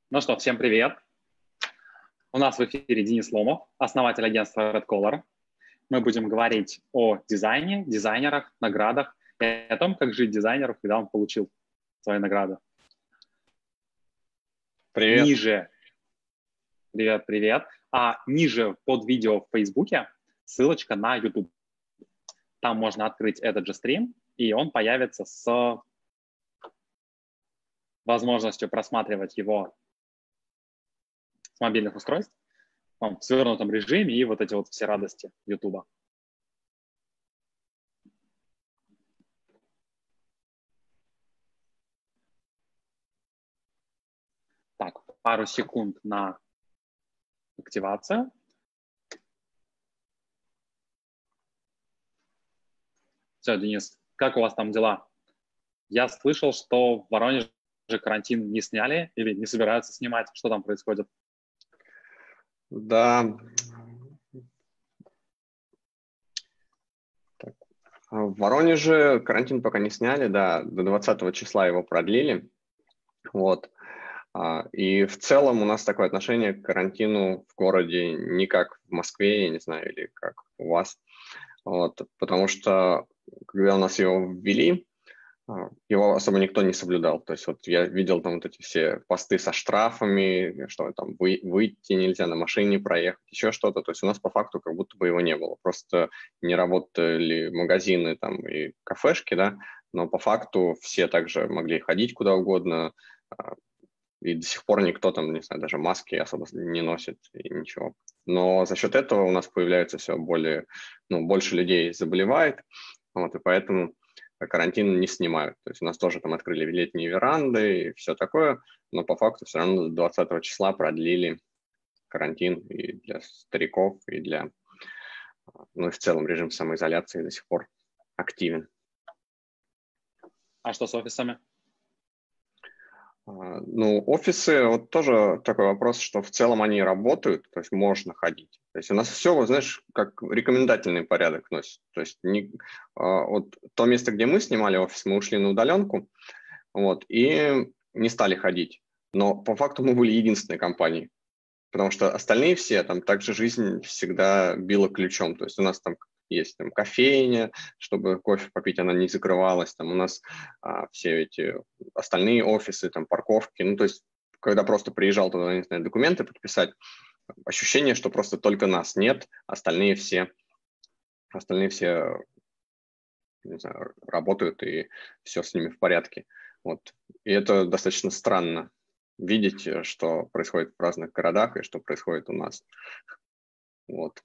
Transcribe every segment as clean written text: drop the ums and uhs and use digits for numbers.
Ну что, всем привет. У нас в эфире Денис Ломов, основатель агентства Red Color. Мы будем говорить о дизайне, дизайнерах, наградах и о том, как жить дизайнеру, когда он получил свою награду. Привет. Ниже, привет. А ниже под видео в Фейсбуке ссылочка на YouTube. Там можно открыть этот же стрим, и он появится с возможностью просматривать его с мобильных устройств в свернутом режиме и вот эти вот все радости YouTube. Так, пару секунд на активацию. Все, Денис, как у вас там дела? Я слышал, что в Воронеже карантин не сняли или не собираются снимать. Что там происходит? Да. Так. В Воронеже карантин пока не сняли, да, до 20 числа его продлили. Вот. И в целом у нас такое отношение к карантину в городе не как в Москве, я не знаю, или как у вас. Вот. Потому что когда у нас его ввели, его особо никто не соблюдал. То есть вот я видел там вот эти все посты со штрафами, что там выйти нельзя, на машине проехать, еще что-то. То есть у нас по факту как будто бы его не было. Просто не работали магазины там и кафешки, да, но по факту все также могли ходить куда угодно, и до сих пор никто там, не знаю, даже маски особо не носит и ничего. Но за счет этого у нас появляется все более, больше людей заболевает, вот, и поэтому карантин не снимают. То есть у нас тоже там открыли летние веранды и все такое, но по факту все равно до 20 числа продлили карантин и для стариков, и для, и в целом режим самоизоляции до сих пор активен. А что с офисами? Офисы, вот тоже такой вопрос, что в целом они работают, то есть можно ходить. То есть у нас все, знаешь, как рекомендательный порядок носит. То есть вот то место, где мы снимали офис, мы ушли на удаленку, вот, и не стали ходить. Но по факту мы были единственной компанией, потому что остальные все, там также жизнь всегда била ключом. То есть у нас там есть там кофейня, чтобы кофе попить, она не закрывалась. Там у нас все эти остальные офисы, там парковки. То есть когда просто приезжал туда, не знаю, документы подписать, ощущение, что просто только нас нет, остальные все не знаю, работают и все с ними в порядке. Вот. И это достаточно странно видеть, что происходит в разных городах и что происходит у нас. Вот.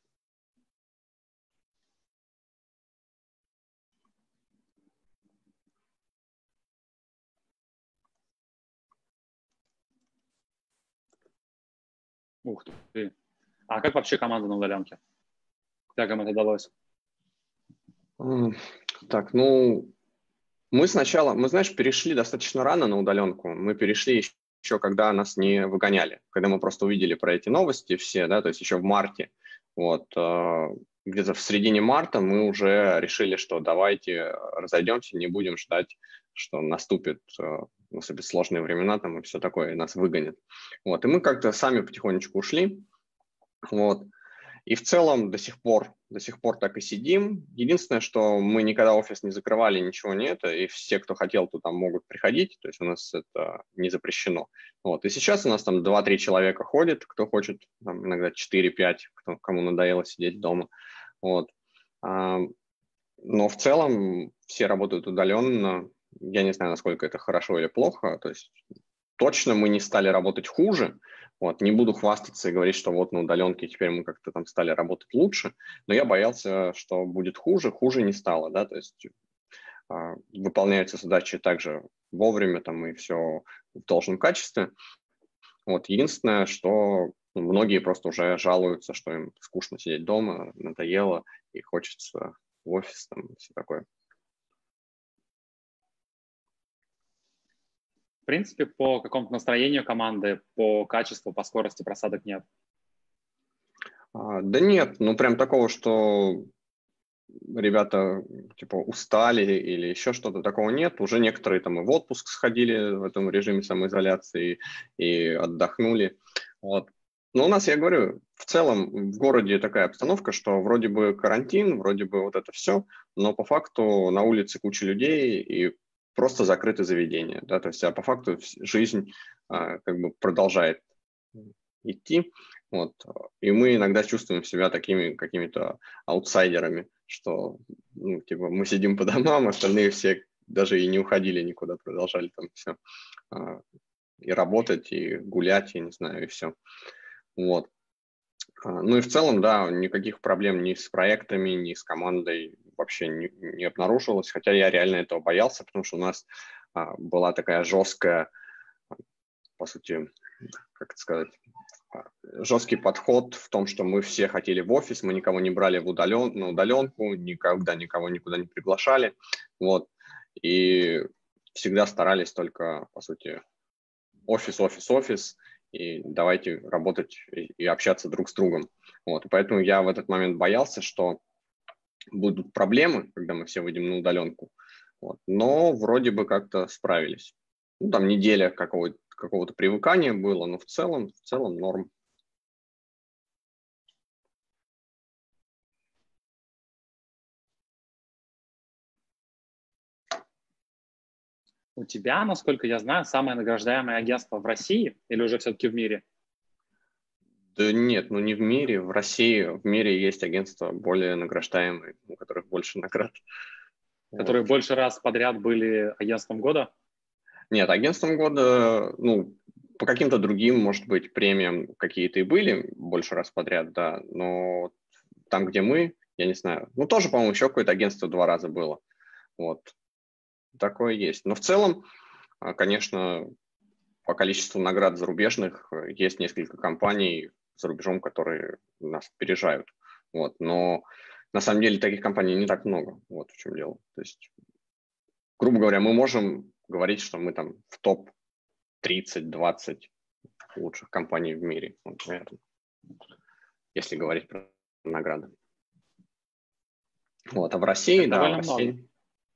Ух ты. А как вообще команда на удаленке? Как им это удалось? Так, мы сначала, знаешь, перешли достаточно рано на удаленку. Мы перешли еще когда нас не выгоняли, когда мы просто увидели про эти новости все, да, то есть еще в марте. Вот, где-то в середине марта мы уже решили, что давайте разойдемся, не будем ждать, что наступит сложные времена там и все такое, и нас выгонят. Вот, и мы как-то сами потихонечку ушли. Вот. И в целом до сих пор так и сидим. Единственное, что мы никогда офис не закрывали, ничего нет, и все, кто хотел, то там могут приходить, то есть у нас это не запрещено. Вот. И сейчас у нас там 2-3 человека ходит, кто хочет, там, иногда 4-5, кому надоело сидеть дома. Вот. Но в целом все работают удаленно. Я не знаю, насколько это хорошо или плохо, то есть точно мы не стали работать хуже. Вот, не буду хвастаться и говорить, что вот на удаленке теперь мы как-то там стали работать лучше, но я боялся, что будет хуже. Хуже не стало, да, то есть выполняются задачи также вовремя там и все в должном качестве. Вот, единственное, что многие просто уже жалуются, что им скучно сидеть дома, надоело и хочется в офис там и все такое. В принципе, по какому-то настроению команды, по качеству, по скорости просадок нет. Да нет, прям такого, что ребята типа устали или еще что-то, такого нет. Уже некоторые там и в отпуск сходили в этом режиме самоизоляции и отдохнули. Вот. Но у нас, я говорю, в целом в городе такая обстановка, что вроде бы карантин, вроде бы вот это все, но по факту на улице куча людей и просто закрыты заведения. Да? То есть, а по факту жизнь как бы продолжает идти. Вот. И мы иногда чувствуем себя такими какими-то аутсайдерами, что ну, типа, мы сидим по домам, остальные все даже и не уходили никуда, продолжали там все и работать, и гулять, я не знаю, и все. Вот. Ну и в целом, да, никаких проблем ни с проектами, ни с командой вообще не обнаружилось, хотя я реально этого боялся, потому что у нас была такая жесткая, по сути, как это сказать, жесткий подход в том, что мы все хотели в офис, мы никого не брали на удаленку, никогда никого никуда не приглашали, вот, и всегда старались только, по сути, офис, и давайте работать и общаться друг с другом. Вот, и поэтому я в этот момент боялся, что будут проблемы, когда мы все выйдем на удаленку, вот, но вроде бы как-то справились. Ну, там неделя какого-то привыкания было, но в целом норм. У тебя, насколько я знаю, самое награждаемое агентство в России или уже все-таки в мире? Да нет, ну не в мире. В России, в мире есть агентства более награждаемые, у которых больше наград. Которые Вот. больше раз подряд были агентством года? Нет, агентством года, ну, по каким-то другим, может быть, премиям какие-то и были больше раз подряд, да, но там, где мы, я не знаю, ну, тоже, по-моему, еще какое-то агентство 2 раза было. Вот. Такое есть. Но в целом, конечно, по количеству наград зарубежных есть несколько компаний за рубежом, которые нас опережают. Вот. Но на самом деле таких компаний не так много. Вот в чем дело. То есть, грубо говоря, мы можем говорить, что мы там в топ 30-20 лучших компаний в мире. Вот, наверное, если говорить про награды. Вот. А в России, Это да, в довольно много. России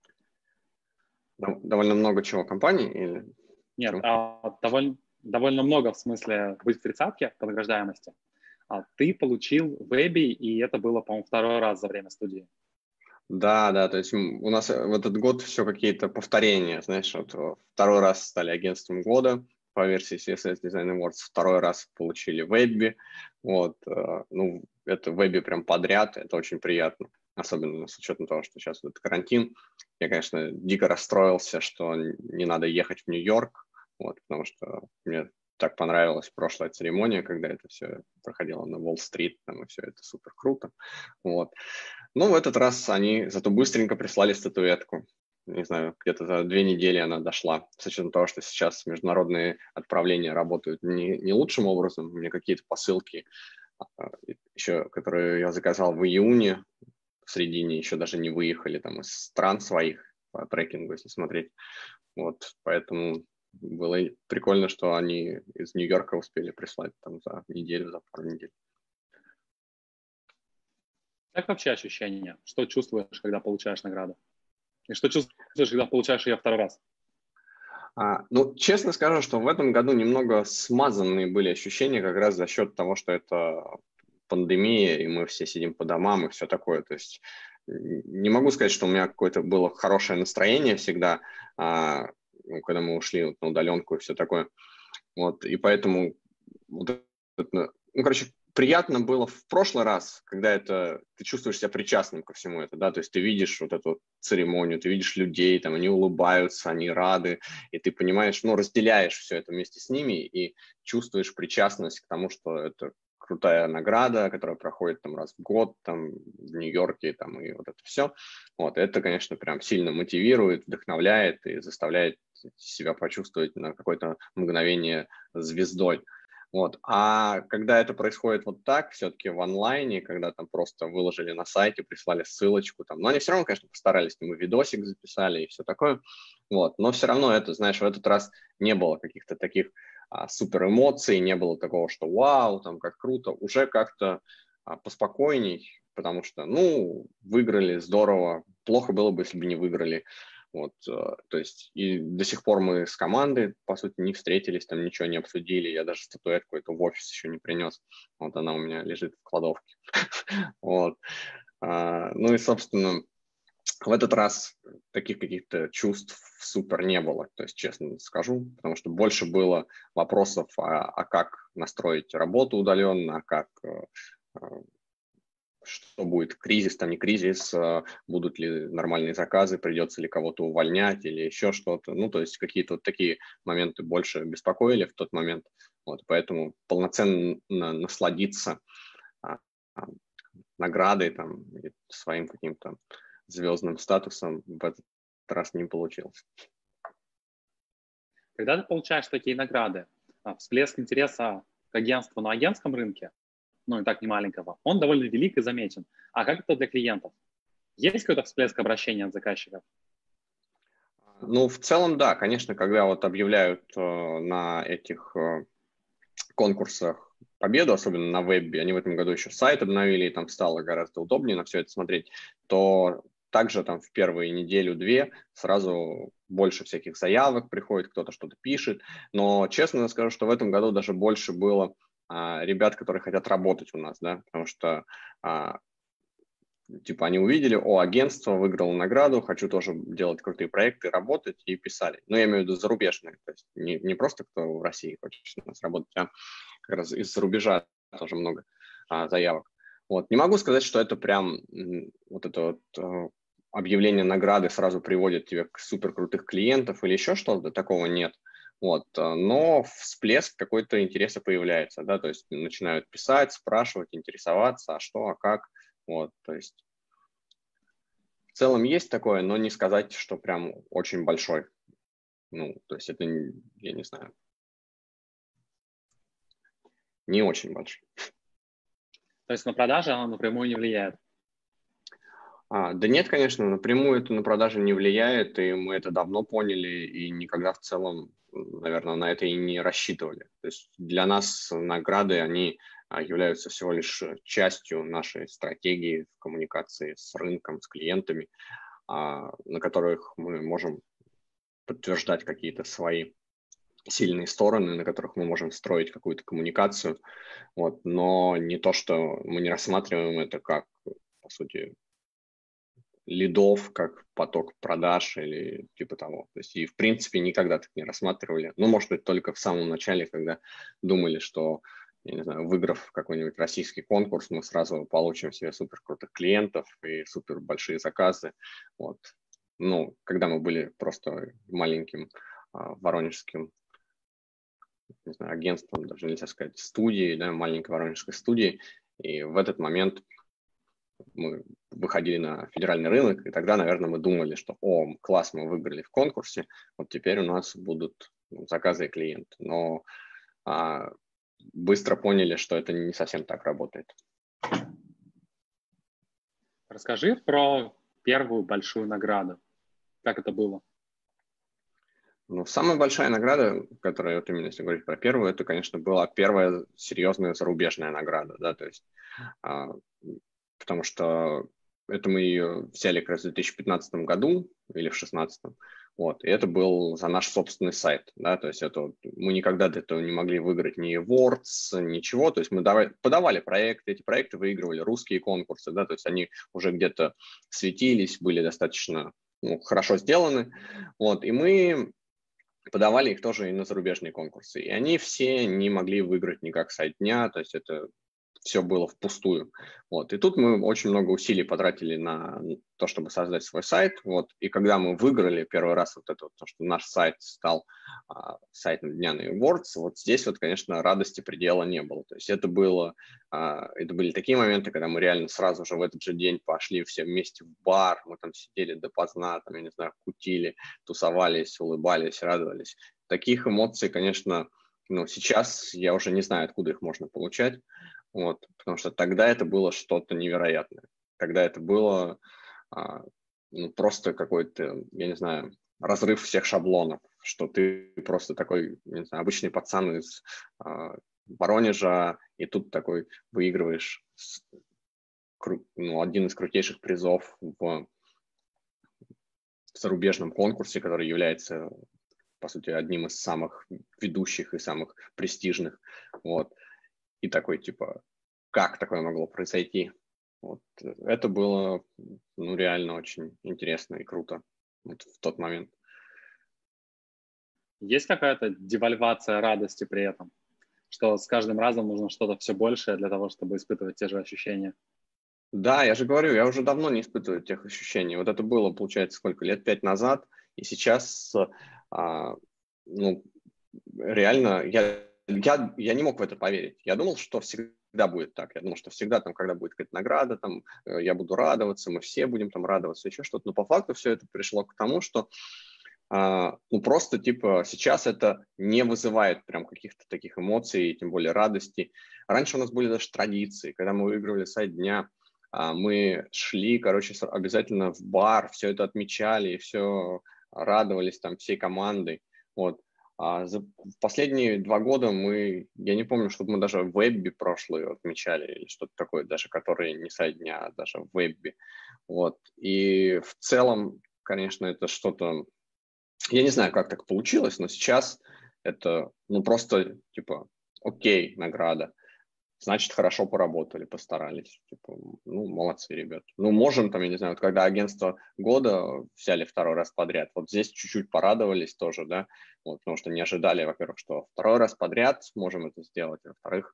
довольно много чего компаний или Нет, чего? довольно много в смысле быть в тридцатке по награждаемости. Ты получил в Эбби, и это было, по-моему, 2-й раз за время студии. Да, то есть у нас в этот год все какие-то повторения, знаешь, вот 2-й раз стали агентством года по версии CSS Design Awards, 2-й раз получили в Webby, вот, ну, это в Webby прям подряд, это очень приятно, особенно с учетом того, что сейчас этот карантин. Я, конечно, дико расстроился, что не надо ехать в Нью-Йорк, вот, потому что мне так понравилась прошлая церемония, когда это все проходило на Уолл-стрит, там, и все это супер круто, вот. Ну, в этот раз они зато быстренько прислали статуэтку. Не знаю, где-то за 2 недели она дошла. С учетом того, что сейчас международные отправления работают не лучшим образом. У меня какие-то посылки, еще, которые я заказал в июне, в середине еще даже не выехали там из стран своих по трекингу, если смотреть. Вот, поэтому было прикольно, что они из Нью-Йорка успели прислать там за неделю, за пару недель. Как вообще ощущения? Что чувствуешь, когда получаешь награду? И что чувствуешь, когда получаешь ее 2-й раз? Ну, честно скажу, что в этом году немного смазанные были ощущения как раз за счет того, что это пандемия, и мы все сидим по домам и все такое. То есть не могу сказать, что у меня какое-то было хорошее настроение всегда, когда мы ушли на удаленку и все такое. Вот, и поэтому, вот это, ну, короче, приятно было в прошлый раз, когда ты чувствуешь себя причастным ко всему этому, да, то есть ты видишь вот эту церемонию, ты видишь людей, там, они улыбаются, они рады, и ты понимаешь, ну, разделяешь все это вместе с ними и чувствуешь причастность к тому, что это крутая награда, которая проходит там раз в год, там, в Нью-Йорке, там, и вот это все. Вот, это, конечно, прям сильно мотивирует, вдохновляет и заставляет себя почувствовать на какое-то мгновение звездой. Вот. А когда это происходит вот так, все-таки в онлайне, когда там просто выложили на сайте, прислали ссылочку, там, но они все равно, конечно, постарались, мы видосик записали и все такое, вот. Но все равно это, знаешь, в этот раз не было каких-то таких супер эмоций, не было такого, что вау, там, как круто, уже как-то поспокойней, потому что, выиграли, здорово, плохо было бы, если бы не выиграли. Вот, то есть и до сих пор мы с командой, по сути, не встретились, там ничего не обсудили, я даже статуэтку эту в офис еще не принес, вот она у меня лежит в кладовке. Вот. И, собственно, в этот раз таких каких-то чувств супер не было, то есть честно скажу, потому что больше было вопросов, как настроить работу удаленно, что будет, кризис, там не кризис, будут ли нормальные заказы, придется ли кого-то увольнять или еще что-то. То есть какие-то вот такие моменты больше беспокоили в тот момент. Вот, поэтому полноценно насладиться наградой, там, своим каким-то звездным статусом в этот раз не получилось. Когда ты получаешь такие награды, всплеск интереса к агентству на агентском рынке, и так не маленького, он довольно велик и заметен. А как это для клиентов? Есть какой-то всплеск обращения от заказчиков? В целом, да, конечно, когда вот объявляют на этих конкурсах победу, особенно на вебе, они в этом году еще сайт обновили, и там стало гораздо удобнее на все это смотреть, то также там в первые неделю-две сразу больше всяких заявок приходит, кто-то что-то пишет, но честно скажу, что в этом году даже больше было ребят, которые хотят работать у нас, да, потому что они увидели, агентство выиграло награду, хочу тоже делать крутые проекты, работать, и писали. Я имею в виду зарубежные, то есть не просто кто в России хочет у нас работать, а как раз из-за рубежа тоже много заявок. Вот. Не могу сказать, что это прям объявление награды сразу приводит тебя к супер крутых клиентов или еще что-то, такого нет. Вот. Но всплеск какой-то интереса появляется, да, то есть начинают писать, спрашивать, интересоваться, а что, а как. Вот, то есть в целом есть такое, но не сказать, что прям очень большой. То есть это, я не знаю, не очень большой. То есть на продажи оно напрямую не влияет? Да нет, конечно, напрямую это на продажи не влияет, и мы это давно поняли, и никогда в целом, наверное, на это и не рассчитывали. То есть для нас награды, они являются всего лишь частью нашей стратегии в коммуникации с рынком, с клиентами, на которых мы можем подтверждать какие-то свои сильные стороны, на которых мы можем строить какую-то коммуникацию, вот, но не то, что мы не рассматриваем это как, по сути, лидов, как поток продаж или типа того. То есть и в принципе никогда так не рассматривали. Может быть, только в самом начале, когда думали, что, я не знаю, выиграв какой-нибудь российский конкурс, мы сразу получим себе супер крутых клиентов и супер большие заказы. Вот. Когда мы были просто маленьким воронежским, не знаю, агентством, даже нельзя сказать, студией, да, маленькой воронежской студией, и в этот момент мы выходили на федеральный рынок, и тогда, наверное, мы думали, что, класс, мы выиграли в конкурсе, вот теперь у нас будут заказы и клиенты. Но быстро поняли, что это не совсем так работает. Расскажи про первую большую награду. Как это было? Самая большая награда, которая, вот именно если говорить про первую, это, конечно, была первая серьезная зарубежная награда, да, то есть потому что это мы ее взяли как раз в 2015 году или в 2016, вот, и это был за наш собственный сайт, да, то есть это мы никогда до этого не могли выиграть ни awards, ничего, то есть мы подавали проекты, эти проекты выигрывали русские конкурсы, да, то есть они уже где-то светились, были достаточно хорошо сделаны, вот, и мы подавали их тоже и на зарубежные конкурсы, и они все не могли выиграть никак сайт дня, то есть это все было впустую. Вот. И тут мы очень много усилий потратили на то, чтобы создать свой сайт. Вот. И когда мы выиграли первый раз вот это, то, что наш сайт стал сайтом Дня на Awards, вот здесь вот, конечно, радости предела не было. То есть это были такие моменты, когда мы реально сразу же в этот же день пошли все вместе в бар, мы там сидели допоздна, там, я не знаю, кутили, тусовались, улыбались, радовались. Таких эмоций, конечно, сейчас я уже не знаю, откуда их можно получать. Вот, потому что тогда это было что-то невероятное. Тогда это было просто какой-то, я не знаю, разрыв всех шаблонов, что ты просто такой, не знаю, обычный пацан из Воронежа, и тут такой выигрываешь один из крутейших призов в зарубежном конкурсе, который является, по сути, одним из самых ведущих и самых престижных. Вот. И такой, типа, как такое могло произойти? Вот. Это было, реально очень интересно и круто вот в тот момент. Есть какая-то девальвация радости при этом? Что с каждым разом нужно что-то все большее для того, чтобы испытывать те же ощущения? Да, я же говорю, я уже давно не испытываю тех ощущений. Вот это было, получается, сколько, лет 5 назад, и сейчас, реально, я не мог в это поверить. Я думал, что всегда будет так. Я думал, что всегда там, когда будет какая-то награда, там, я буду радоваться, мы все будем там радоваться, еще что-то. Но по факту все это пришло к тому, что просто, типа, сейчас это не вызывает прям каких-то таких эмоций, тем более радости. Раньше у нас были даже традиции, когда мы выигрывали сайт дня, мы шли, обязательно в бар, все это отмечали, и все радовались там всей командой. Вот. В последние 2 года я не помню, чтобы мы даже в Webby прошлый отмечали, или что-то такое, даже который не сайт дня, а даже в Webby. Вот. И в целом, конечно, это что-то... Я не знаю, как так получилось, но сейчас это, просто, типа, окей, награда. Значит, хорошо поработали, постарались. Типа, молодцы, ребят. Можем там, я не знаю, вот когда агентство года взяли 2-й раз подряд, вот здесь чуть-чуть порадовались тоже, да, вот, потому что не ожидали, во-первых, что 2-й раз подряд можем это сделать, а во-вторых,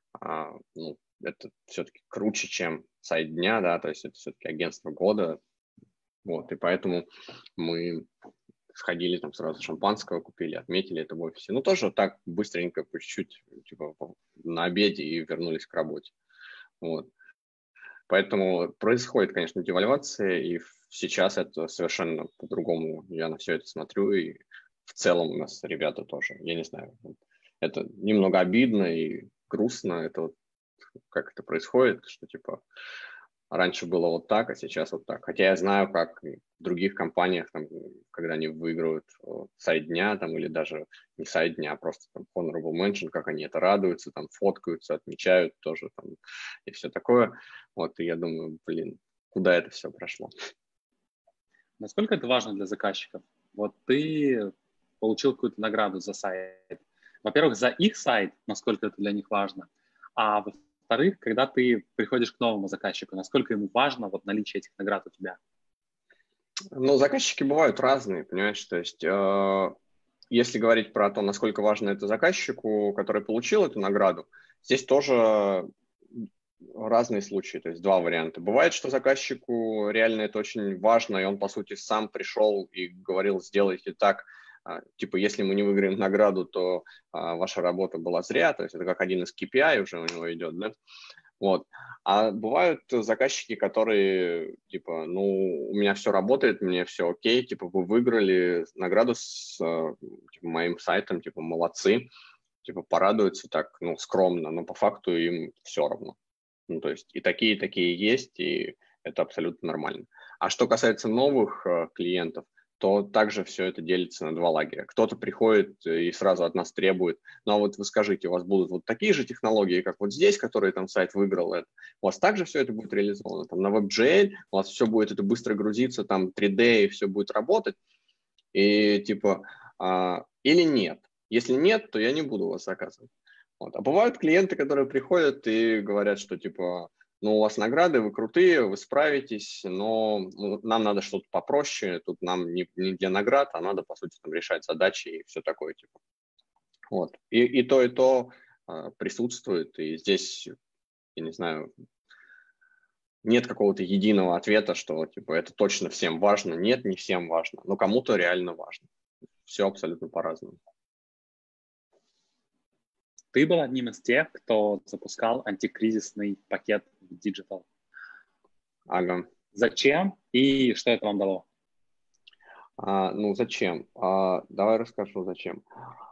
это все-таки круче, чем сайт дня, да, то есть это все-таки агентство года, вот, и поэтому мы сходили там сразу шампанского купили, отметили это в офисе. Тоже так быстренько, по чуть-чуть, типа на обеде и вернулись к работе. Вот. Поэтому происходит, конечно, девальвация, и сейчас это совершенно по-другому. Я на все это смотрю, и в целом у нас ребята тоже, я не знаю, это немного обидно и грустно, это вот как это происходит, что типа раньше было вот так, а сейчас вот так. Хотя я знаю, как в других компаниях, там, когда они выигрывают сайт дня, там, или даже не сайт дня, а просто там honorable mention, как они это радуются, там, фоткаются, отмечают тоже, там, и все такое. Вот, и я думаю, куда это все прошло? Насколько это важно для заказчиков? Вот ты получил какую-то награду за сайт. Во-первых, за их сайт, насколько это для них важно, а во-вторых, когда ты приходишь к новому заказчику, насколько ему важно вот наличие этих наград у тебя? Заказчики бывают разные, понимаешь, то есть если говорить про то, насколько важно это заказчику, который получил эту награду, здесь тоже разные случаи, то есть 2 варианта. Бывает, что заказчику реально это очень важно, и он, по сути, сам пришел и говорил, сделайте так, типа, если мы не выиграем награду, то ваша работа была зря, то есть это как один из KPI уже у него идет, да? Вот. А бывают заказчики, которые, типа, у меня все работает, мне все окей, типа, вы выиграли награду с типа, моим сайтом, типа, молодцы, типа, порадуются так, скромно, но по факту им все равно. То есть и такие есть, и это абсолютно нормально. А что касается новых клиентов, то также все это делится на 2 лагеря. Кто-то приходит и сразу от нас требует, а вот вы скажите, у вас будут вот такие же технологии, как вот здесь, которые там сайт выиграл это, у вас также все это будет реализовано, там на WebGL, у вас все будет это быстро грузиться, там 3D, и все будет работать, и типа, или нет. Если нет, то я не буду вас заказывать. Вот. А бывают клиенты, которые приходят и говорят, что типа, у вас награды, вы крутые, вы справитесь, но нам надо что-то попроще, тут нам не для наград, а надо, по сути, там, решать задачи и все такое, типа. Вот. И то присутствует, и здесь, я не знаю, нет какого-то единого ответа, что, типа, это точно всем важно. Нет, не всем важно, но кому-то реально важно. Все абсолютно по-разному. Ты был одним из тех, кто запускал антикризисный пакет в Digital. Ага. Зачем и что это вам дало? Зачем? Давай расскажу, зачем.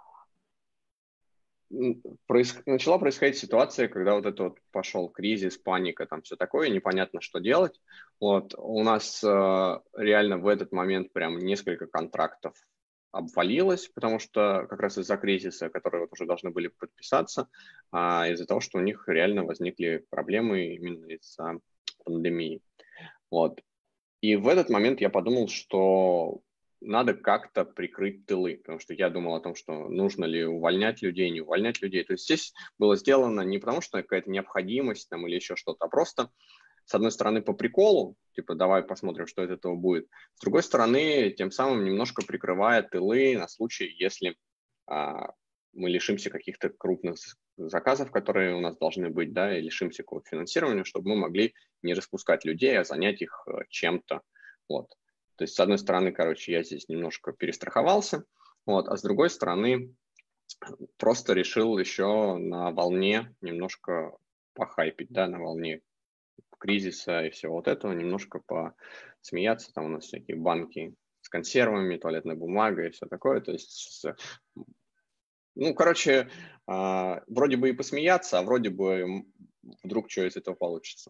Начала происходить ситуация, когда вот это вот пошел кризис, паника, там все такое, непонятно, что делать. Вот у нас реально в этот момент прям несколько контрактов обвалилось, потому что как раз из-за кризиса, которые вот уже должны были подписаться, из-за того, что у них реально возникли проблемы именно из-за пандемии. Вот. И в этот момент я подумал, что надо как-то прикрыть тылы, потому что я думал о том, что нужно ли увольнять людей, не увольнять людей. То есть здесь было сделано не потому, что какая-то необходимость там, или еще что-то, а просто, с одной стороны, по приколу, типа давай посмотрим, что из этого будет. С другой стороны, тем самым немножко прикрывая тылы на случай, если мы лишимся каких-то крупных заказов, которые у нас должны быть, да, и лишимся какого-то финансирования, чтобы мы могли не распускать людей, а занять их чем-то. Вот. То есть, с одной стороны, короче, я здесь немножко перестраховался, вот, а с другой стороны, просто решил еще на волне немножко похайпить, да, на волне кризиса и всего вот этого, немножко посмеяться. Там у нас всякие банки с консервами, туалетной бумагой и все такое. То есть, ну, короче, вроде бы и посмеяться, а вроде бы вдруг что из этого получится.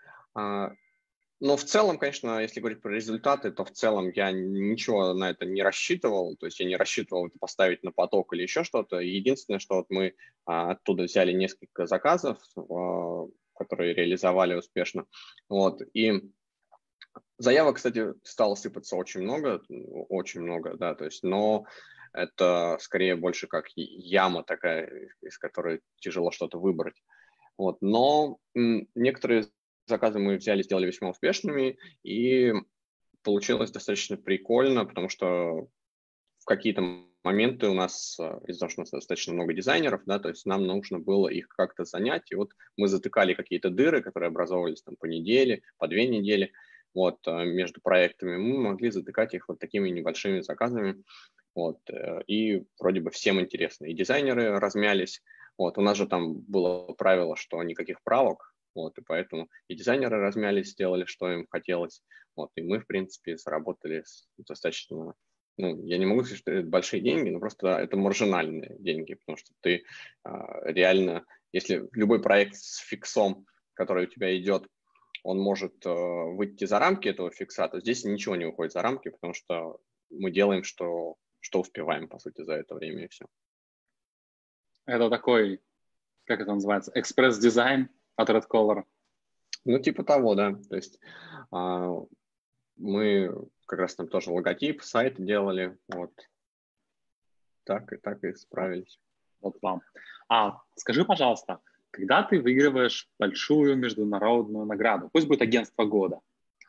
Но в целом, конечно, если говорить про результаты, то в целом я ничего на это не рассчитывал. То есть я не рассчитывал это поставить на поток или еще что-то. Единственное, что вот мы оттуда взяли несколько заказов, которые реализовали успешно. Вот. И заявок, кстати, стало сыпаться очень много, да, то есть, но это скорее больше как яма такая, из которой тяжело что-то выбрать. Вот. Но некоторые заказы мы взяли, сделали весьма успешными, и получилось достаточно прикольно, потому что в какие-то моменты у нас, из-за того, что у нас достаточно много дизайнеров, да, то есть нам нужно было их как-то занять, и вот мы затыкали какие-то дыры, которые образовывались там по неделе, по 2 недели, вот, между проектами, мы могли затыкать их вот такими небольшими заказами, вот, и вроде бы всем интересно, и дизайнеры размялись, вот, у нас же там было правило, что никаких правок, вот, и поэтому и дизайнеры размялись, сделали, что им хотелось, вот, и мы, в принципе, заработали достаточно, ну, я не могу сказать, что это большие деньги, но просто это маржинальные деньги, потому что ты реально, если любой проект с фиксом, который у тебя идет, он может выйти за рамки этого фикса, то здесь ничего не выходит за рамки, потому что мы делаем, что успеваем, по сути, за это время, и все. Это такой, как это называется, экспресс-дизайн от Red Color. Ну, типа того, да. То есть мы как раз там тоже логотип, сайт делали, вот. Так и справились. Вот вам. Скажи, пожалуйста, когда ты выигрываешь большую международную награду, пусть будет агентство года,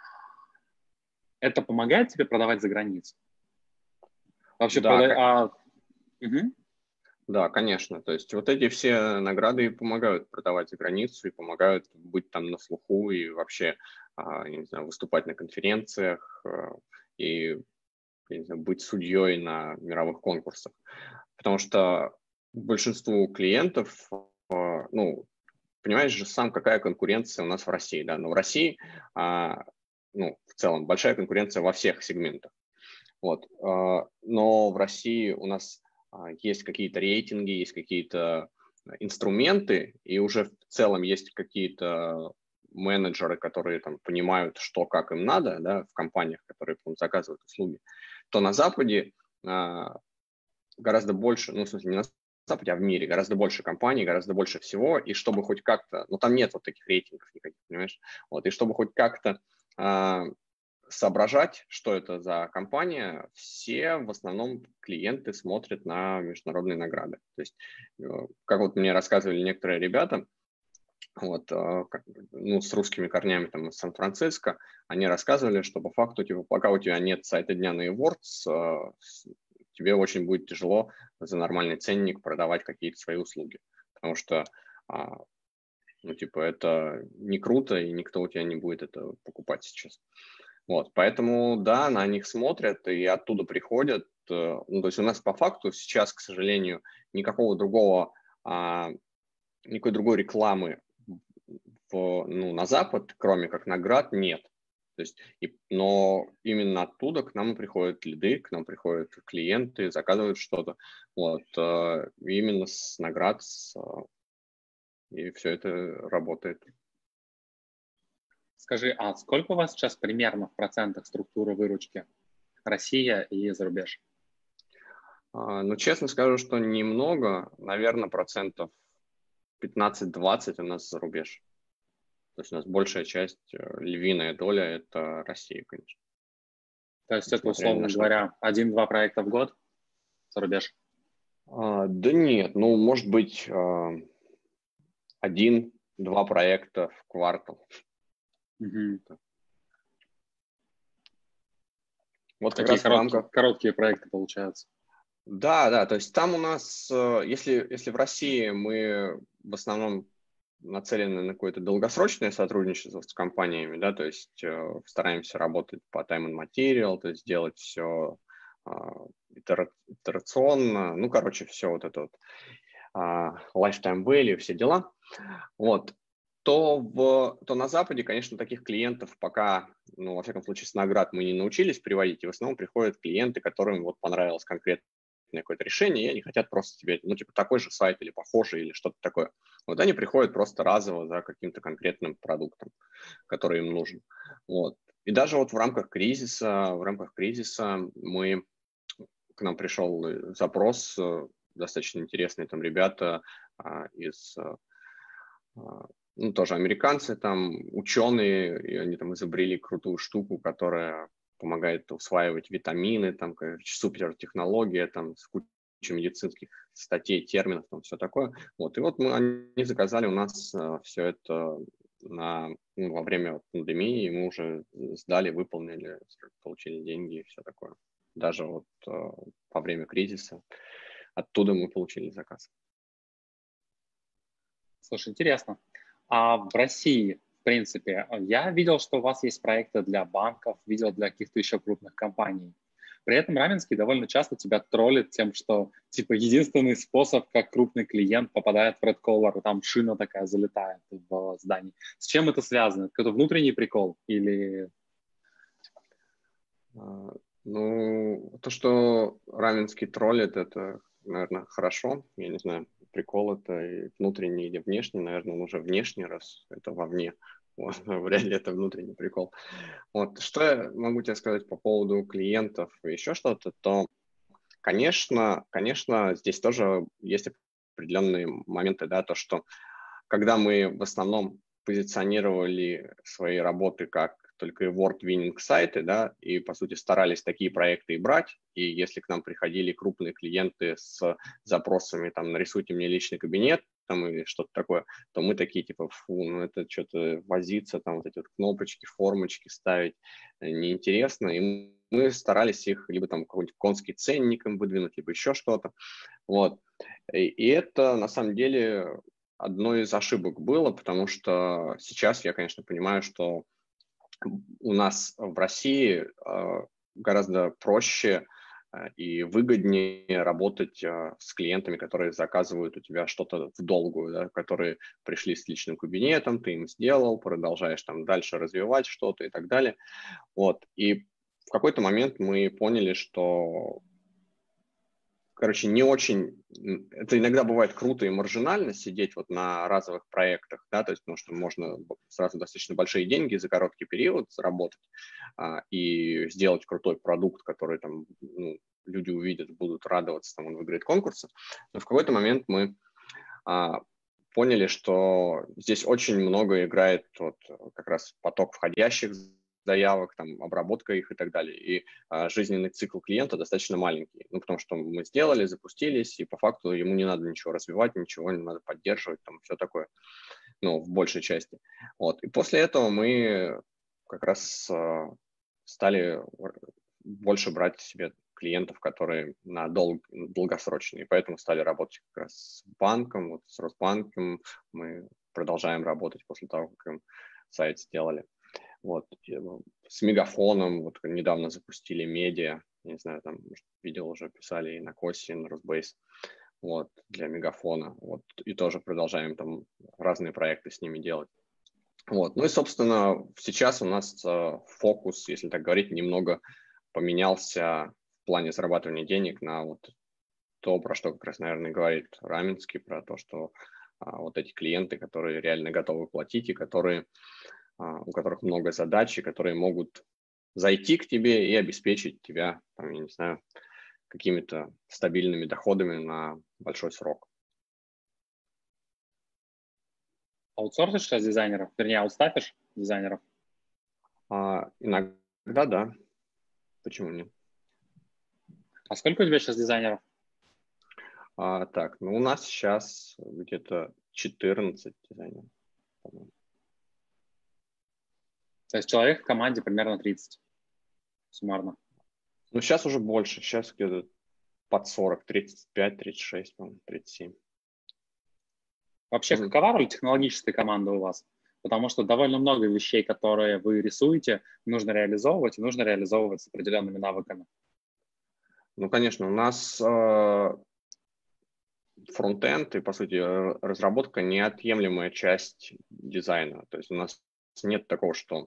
это помогает тебе продавать за границу? Вообще, да, да, конечно. То есть вот эти все награды помогают продавать за границу и помогают быть там на слуху и вообще, не знаю, выступать на конференциях и, не знаю, быть судьей на мировых конкурсах. Потому что большинству клиентов, ну, понимаешь же сам, какая конкуренция у нас в России, да, но в России, ну, в целом, большая конкуренция во всех сегментах, вот, но в России у нас есть какие-то рейтинги, есть какие-то инструменты, и уже в целом есть какие-то менеджеры, которые там понимают, что, как им надо, да, в компаниях, которые там заказывают услуги, то на Западе гораздо больше, ну, в смысле, не на Западе, а в мире гораздо больше компаний, гораздо больше всего, и чтобы хоть как-то, ну, там нет вот таких рейтингов никаких, понимаешь, вот, и чтобы хоть как-то соображать, что это за компания, все в основном клиенты смотрят на международные награды. То есть, как вот мне рассказывали некоторые ребята, вот, ну, с русскими корнями там из Сан-Франциско, они рассказывали, что по факту, типа, пока у тебя нет сайта дня на Awards, тебе очень будет тяжело за нормальный ценник продавать какие-то свои услуги, потому что, ну, типа, это не круто, и никто у тебя не будет это покупать сейчас. Вот, поэтому, да, на них смотрят и оттуда приходят. Ну, то есть у нас по факту сейчас, к сожалению, никакой другой рекламы на Запад, кроме как наград, нет. То есть, но именно оттуда к нам приходят лиды, к нам приходят клиенты, заказывают что-то. Вот, именно с наград, и все это работает. Скажи, сколько у вас сейчас примерно в процентах структуры выручки Россия и зарубеж? Ну, честно скажу, что немного, наверное, процентов 15-20 у нас за рубеж. То есть у нас большая часть, львиная доля – это Россия, конечно. То есть это, условно говоря, 1-2 проекта в год за рубеж? Да нет, ну, может быть, 1-2 проекта в квартал. Угу. Вот как Такие раз короткие проекты получаются. Да, то есть там у нас, если в России мы в основном нацелены на какое-то долгосрочное сотрудничество с компаниями, да, то есть стараемся работать по time and material, то есть делать все итерационно, ну, короче, все вот это вот lifetime value, все дела, вот, то на Западе, конечно, таких клиентов пока, ну, во всяком случае, с наград мы не научились приводить, и в основном приходят клиенты, которым вот понравилось конкретно какое-то решение, и они хотят просто тебе, ну, типа, такой же сайт или похожий, или что-то такое. Вот они приходят просто разово за каким-то конкретным продуктом, который им нужен. Вот. И даже вот в рамках кризиса к нам пришел запрос, достаточно интересные там ребята ну, тоже американцы, там, ученые, и они там изобрели крутую штуку, которая помогает усваивать витамины, там, супер технология, там, с кучей медицинских статей, терминов, там, все такое. Вот, и вот они заказали у нас все это во время пандемии, и мы уже сдали, выполнили, получили деньги и все такое. Даже вот во время кризиса оттуда мы получили заказ. Слушай, интересно. А в России, в принципе, я видел, что у вас есть проекты для банков, видел для каких-то еще крупных компаний. При этом Раменский довольно часто тебя троллит тем, что типа единственный способ, как крупный клиент попадает в Red Collar, там шина такая залетает в здание. С чем это связано? Какой-то внутренний прикол или... Ну, то, что Раменский троллит, это, наверное, хорошо. Я не знаю, прикол это и внутренний или внешний. Наверное, он уже внешний, раз это вовне. Вот, вряд ли это внутренний прикол. Вот, что я могу тебе сказать по поводу клиентов и еще что-то, то, конечно, здесь тоже есть определенные моменты, да, то, что когда мы в основном позиционировали свои работы как только award-winning сайты, да, и, по сути, старались такие проекты и брать, и если к нам приходили крупные клиенты с запросами, там, нарисуйте мне личный кабинет, там, или что-то такое, то мы такие, типа, фу, ну, это что-то возиться, там, вот эти вот кнопочки, формочки ставить неинтересно, и мы старались их либо там какой-нибудь конский ценник им выдвинуть, либо еще что-то, вот. И это, на самом деле, одной из ошибок было, потому что сейчас я, конечно, понимаю, что у нас в России гораздо проще и выгоднее работать с клиентами, которые заказывают у тебя что-то в долгую, да, которые пришли с личным кабинетом, ты им сделал, продолжаешь там дальше развивать что-то и так далее. Вот. И в какой-то момент мы поняли, что не очень, это иногда бывает круто и маржинально сидеть вот на разовых проектах, да, то есть потому что можно сразу достаточно большие деньги за короткий период заработать и сделать крутой продукт, который там, ну, люди увидят, будут радоваться, там он выиграет конкурсы. Но в какой-то момент мы поняли, что здесь очень много играет вот как раз поток входящих заявок, там, обработка их и так далее. И жизненный цикл клиента достаточно маленький. Ну, потому что мы сделали, запустились, и по факту ему не надо ничего развивать, ничего не надо поддерживать, там, все такое, ну, в большей части. Вот. И после этого мы как раз стали больше брать себе клиентов, которые на долгосрочные, и поэтому стали работать как раз с банком, вот с Росбанком мы продолжаем работать после того, как им сайт сделали. Вот. С Мегафоном, вот недавно запустили медиа, не знаю, там, может, видел, уже писали и на Косе, и на Росбейс, вот, для Мегафона, вот, и тоже продолжаем там разные проекты с ними делать. Вот. Ну и, собственно, сейчас у нас фокус, если так говорить, немного поменялся в плане зарабатывания денег на вот то, про что как раз, наверное, говорит Раменский, про то, что вот эти клиенты, которые реально готовы платить и которые у которых много задач, и которые могут зайти к тебе и обеспечить тебя, там, я не знаю, какими-то стабильными доходами на большой срок. Аутсорсишь сейчас дизайнеров? Вернее, аутстафишь дизайнеров? Иногда да. Почему нет? А сколько у тебя сейчас дизайнеров? Так, ну у нас сейчас где-то 14 дизайнеров, по-моему. То есть человек в команде примерно 30 суммарно. Ну, сейчас уже больше. Сейчас где-то под 40, 35, 36, по-моему, 37. Вообще, какова роль технологической команды у вас? Потому что довольно много вещей, которые вы рисуете, нужно реализовывать, и нужно реализовывать с определенными навыками. Ну, конечно, у нас фронтенд и, по сути, разработка неотъемлемая часть дизайна. То есть у нас нет такого, что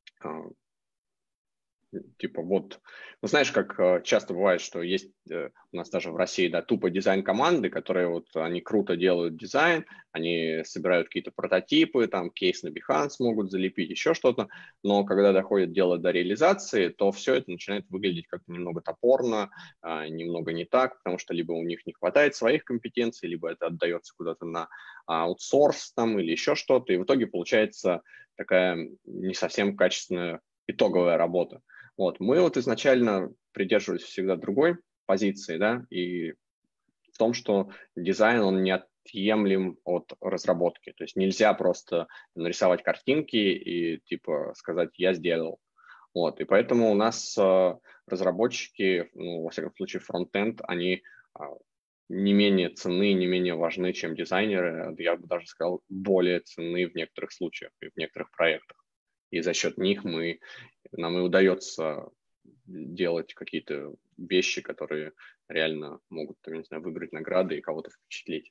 типа вот, ну знаешь, как часто бывает, что есть у нас даже в России, да, тупо дизайн-команды, которые вот, они круто делают дизайн, они собирают какие-то прототипы, там, кейс на Behance могут залепить, еще что-то, но когда доходит дело до реализации, то все это начинает выглядеть как-то немного топорно, немного не так, потому что либо у них не хватает своих компетенций, либо это отдается куда-то на аутсорс там или еще что-то, и в итоге получается такая не совсем качественная итоговая работа. Вот. Мы вот изначально придерживались всегда другой позиции, да, и в том, что дизайн, он неотъемлем от разработки. То есть нельзя просто нарисовать картинки и типа сказать «я сделал». Вот. И поэтому у нас разработчики, ну, во всяком случае, фронтенд, они не менее ценны, не менее важны, чем дизайнеры. Я бы даже сказал, более ценны в некоторых случаях и в некоторых проектах. И за счет них нам и удается делать какие-то вещи, которые реально могут, я не знаю, выиграть награды и кого-то впечатлить.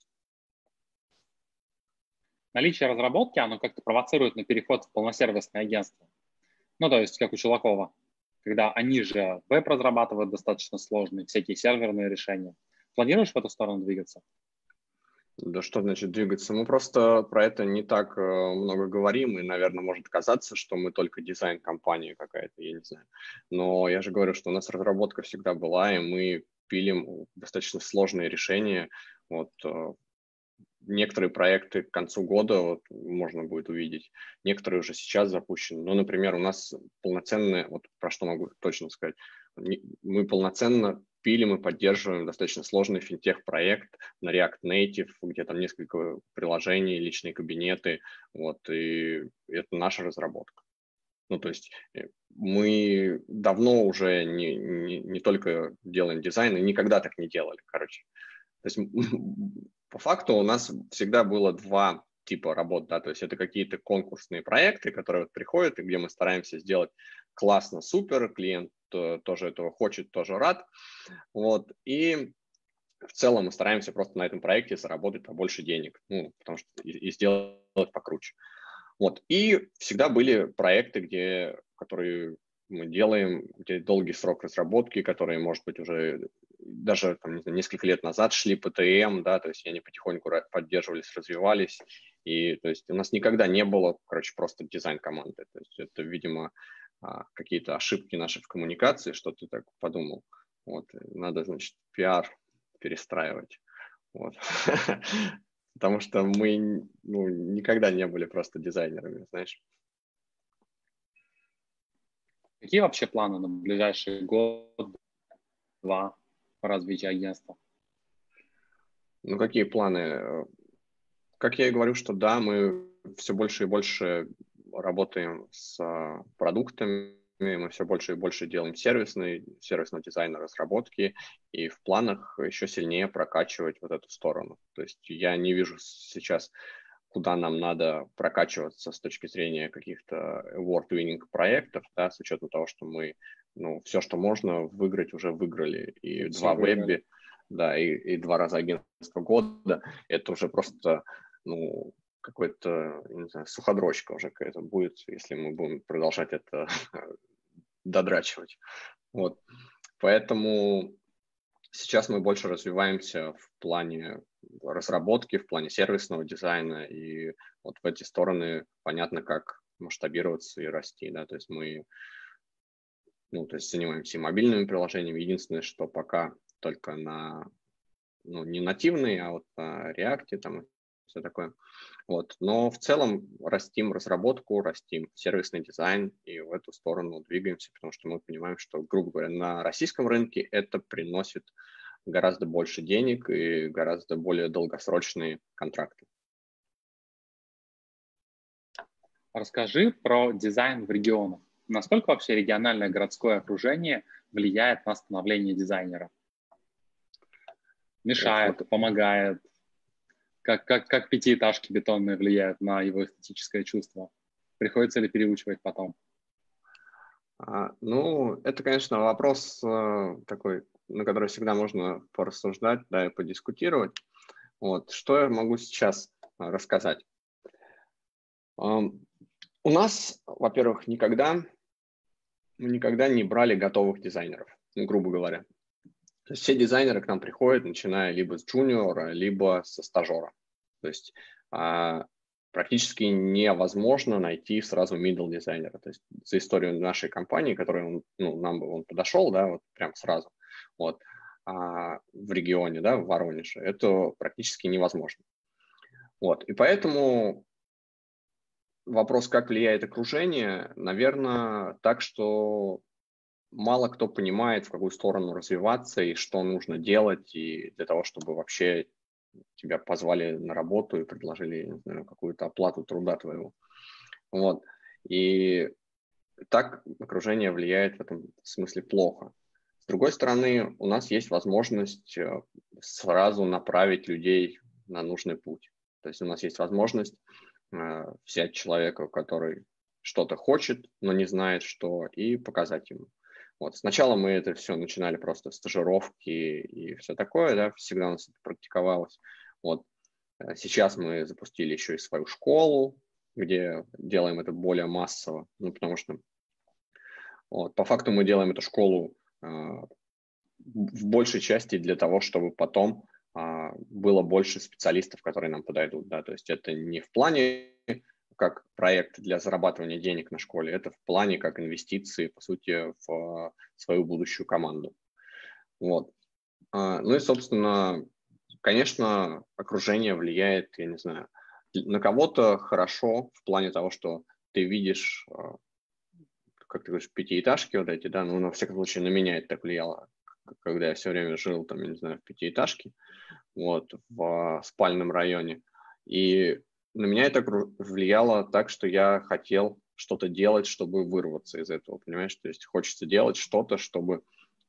Наличие разработки, оно как-то провоцирует на переход в полносервисное агентство. Ну, то есть, как у Чулакова, когда они же веб разрабатывают достаточно сложные, всякие серверные решения. Планируешь в эту сторону двигаться? Да что значит двигаться? Мы просто про это не так много говорим, и, наверное, может казаться, что мы только дизайн-компания какая-то, я не знаю. Но я же говорю, что у нас разработка всегда была, и мы пилим достаточно сложные решения. Вот некоторые проекты к концу года вот, можно будет увидеть, некоторые уже сейчас запущены. Ну, например, у нас полноценные, вот про что могу точно сказать, мы полноценно пилим и поддерживаем достаточно сложный финтех-проект на React Native, где там несколько приложений, личные кабинеты, вот, и это наша разработка. Ну, то есть мы давно уже не только делаем дизайн, и никогда так не делали, короче. То есть по факту у нас всегда было два типа работ, да, то есть это какие-то конкурсные проекты, которые вот приходят, и где мы стараемся сделать классно, супер, клиент тоже этого хочет, тоже рад, вот, и в целом мы стараемся просто на этом проекте заработать побольше денег, ну, потому что и сделать покруче. Вот, и всегда были проекты, которые мы делаем, где долгий срок разработки, которые, может быть, уже даже там, не знаю, несколько лет назад шли по ТМ, да, то есть они потихоньку поддерживались, развивались, и то есть у нас никогда не было, короче, просто дизайн команды, то есть это, видимо, какие-то ошибки наши в коммуникации, что ты так подумал, вот, надо, значит, пиар перестраивать, вот. Потому что мы никогда не были просто дизайнерами, знаешь. Какие вообще планы на ближайший год-два по развитию агентства? Ну, какие планы? Как я и говорю, что да, мы все больше и больше работаем с продуктами, мы все больше и больше делаем сервисного дизайна, разработки, и в планах еще сильнее прокачивать вот эту сторону. То есть я не вижу сейчас, куда нам надо прокачиваться с точки зрения каких-то award-winning проектов, да, с учетом того, что мы, ну, все, что можно выиграть, уже выиграли. И все 2 вебби, да, и 2 раза агентство года, это уже просто, ну, какой-то, не знаю, суходрочка уже какая-то будет, если мы будем продолжать это додрачивать. Вот. Поэтому сейчас мы больше развиваемся в плане разработки, в плане сервисного дизайна, и вот в эти стороны понятно, как масштабироваться и расти, да, то есть мы, ну, то есть занимаемся и мобильными приложениями, единственное, что пока только на, ну, не нативные, а вот на React там и все такое. Вот. Но в целом растим разработку, растим сервисный дизайн и в эту сторону двигаемся, потому что мы понимаем, что, грубо говоря, на российском рынке это приносит гораздо больше денег и гораздо более долгосрочные контракты. Расскажи про дизайн в регионах. Насколько вообще региональное городское окружение влияет на становление дизайнера? Мешает, помогает? Как пятиэтажки бетонные влияют на его эстетическое чувство? Приходится ли переучивать потом? Ну, это, конечно, вопрос такой, на который всегда можно порассуждать, да, и подискутировать. Вот. Что я могу сейчас рассказать? У нас, во-первых, мы никогда не брали готовых дизайнеров, ну, грубо говоря. То есть все дизайнеры к нам приходят, начиная либо с джуниора, либо со стажера. То есть практически невозможно найти сразу middle дизайнера. То есть за историю нашей компании, которой он подошел, да, вот прям сразу, вот, в регионе, да, в Воронеже, это практически невозможно. Вот, и поэтому вопрос, как влияет окружение, наверное, так, что мало кто понимает, в какую сторону развиваться и что нужно делать, и для того, чтобы вообще тебя позвали на работу и предложили, не знаю, какую-то оплату труда твоего. Вот. И так окружение влияет в этом смысле плохо. С другой стороны, у нас есть возможность сразу направить людей на нужный путь. То есть у нас есть возможность взять человека, который что-то хочет, но не знает что, и показать ему. Вот. Сначала мы это все начинали просто стажировки и все такое, да, всегда у нас это практиковалось. Вот. Сейчас мы запустили еще и свою школу, где делаем это более массово, ну, потому что вот, по факту мы делаем эту школу в большей части для того, чтобы потом было больше специалистов, которые нам подойдут, да, то есть это не в плане как проект для зарабатывания денег на школе, это в плане как инвестиции, по сути, в свою будущую команду. Вот. Ну и, собственно, конечно, окружение влияет, я не знаю, на кого-то хорошо в плане того, что ты видишь, как ты говоришь, пятиэтажки вот эти, да, ну, на всяком случае, на меня это так влияло, когда я все время жил там, я не знаю, в пятиэтажке, вот, в спальном районе. И на меня это влияло так, что я хотел что-то делать, чтобы вырваться из этого, понимаешь? То есть хочется делать что-то, чтобы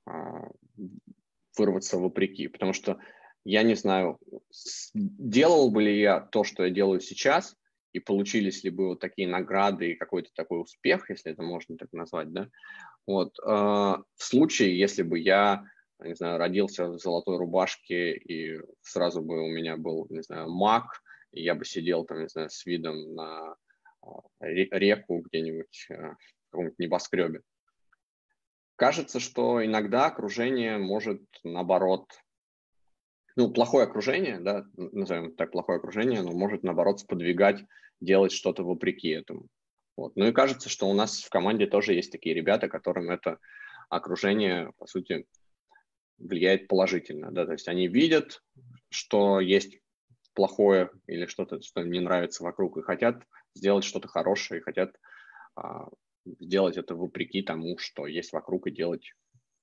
вырваться вопреки. Потому что я не знаю, делал бы ли я то, что я делаю сейчас, и получились ли бы вот такие награды и какой-то такой успех, если это можно так назвать, да? Вот. В случае, если бы я, не знаю, родился в золотой рубашке и сразу бы у меня был, не знаю, Mac, и я бы сидел там, не знаю, с видом на реку где-нибудь в каком-нибудь небоскребе. Кажется, что иногда окружение может, наоборот, ну, плохое окружение, да, назовем так, плохое окружение, оно может, наоборот, сподвигать делать что-то вопреки этому. Вот. Ну и кажется, что у нас в команде тоже есть такие ребята, которым это окружение, по сути, влияет положительно, да, то есть они видят, что есть плохое или что-то, что им не нравится вокруг, и хотят сделать что-то хорошее, и хотят сделать это вопреки тому, что есть вокруг, и делать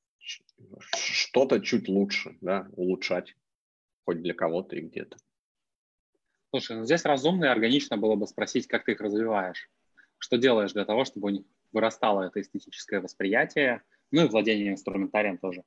что-то чуть лучше, да, улучшать хоть для кого-то и где-то. Слушай, ну здесь разумно и органично было бы спросить, как ты их развиваешь. Что делаешь для того, чтобы у них вырастало это эстетическое восприятие, ну и владение инструментарием тоже?